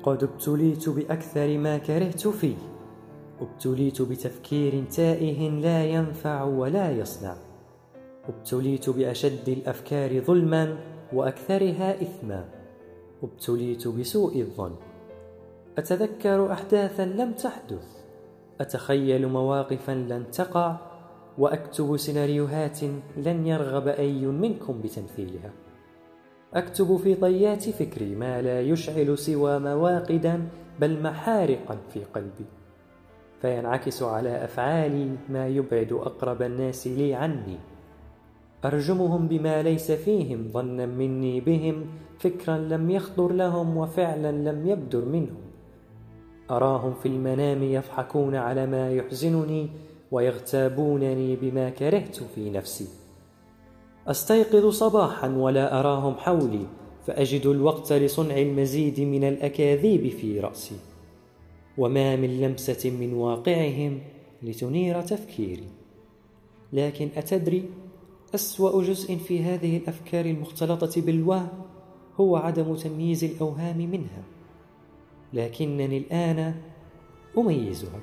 قد ابتليت بأكثر ما كرهت فيه. ابتليت بتفكير تائه لا ينفع ولا يصنع. ابتليت بأشد الأفكار ظلما وأكثرها إثما. ابتليت بسوء الظن. أتذكر أحداثا لم تحدث، أتخيل مواقفا لن تقع، وأكتب سيناريوهات لن يرغب أي منكم بتمثيلها. أكتب في طيات فكري ما لا يشعل سوى مواقدا بل محارقا في قلبي، فينعكس على أفعالي ما يبعد أقرب الناس لي عني. أرجمهم بما ليس فيهم ظنا مني بهم، فكرا لم يخطر لهم وفعلا لم يبدر منهم. أراهم في المنام يضحكون على ما يحزنني ويغتابونني بما كرهت في نفسي. أستيقظ صباحا ولا أراهم حولي، فأجد الوقت لصنع المزيد من الأكاذيب في رأسي، وما من لمسة من واقعهم لتنير تفكيري. لكن أتدري، أسوأ جزء في هذه الأفكار المختلطة بالوهم هو عدم تمييز الأوهام منها. لكنني الآن أميزها.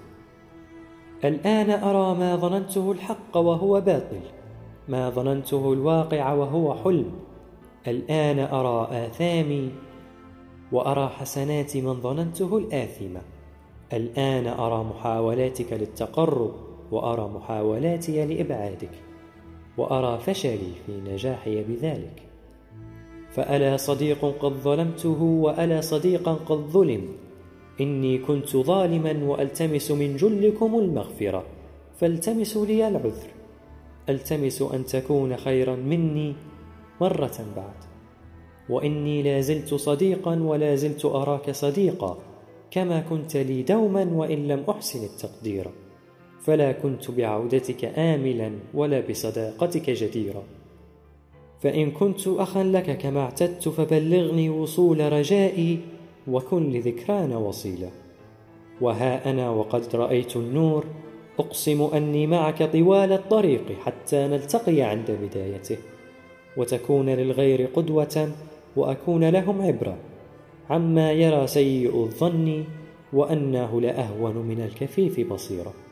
الآن أرى ما ظننته الحق وهو باطل، ما ظننته الواقع وهو حلم. الآن أرى آثامي وأرى حسنات من ظننته الآثمة. الآن أرى محاولاتك للتقرب وأرى محاولاتي لإبعادك، وأرى فشلي في نجاحي بذلك. فألا صديق قد ظلمته وألا صديقا قد ظلم. إني كنت ظالما وألتمس من جلكم المغفرة، فالتمسوا لي العذر. ألتمس أن تكون خيرا مني مرة بعد. وإني لا زلت صديقا ولا زلت أراك صديقا، كما كنت لي دوما وإن لم أحسن التقدير. فلا كنت بعودتك آملا ولا بصداقتك جديرا. فإن كنت أخا لك كما اعتدت فبلغني وصول رجائي، وكن لذكرانا وصيلا. وها أنا وقد رأيت النور، أقسم أني معك طوال الطريق حتى نلتقي عند بدايته، وتكون للغير قدوة وأكون لهم عبرة عما يرى سيء الظن، وأنه لأهون من الكفيف بصيرة.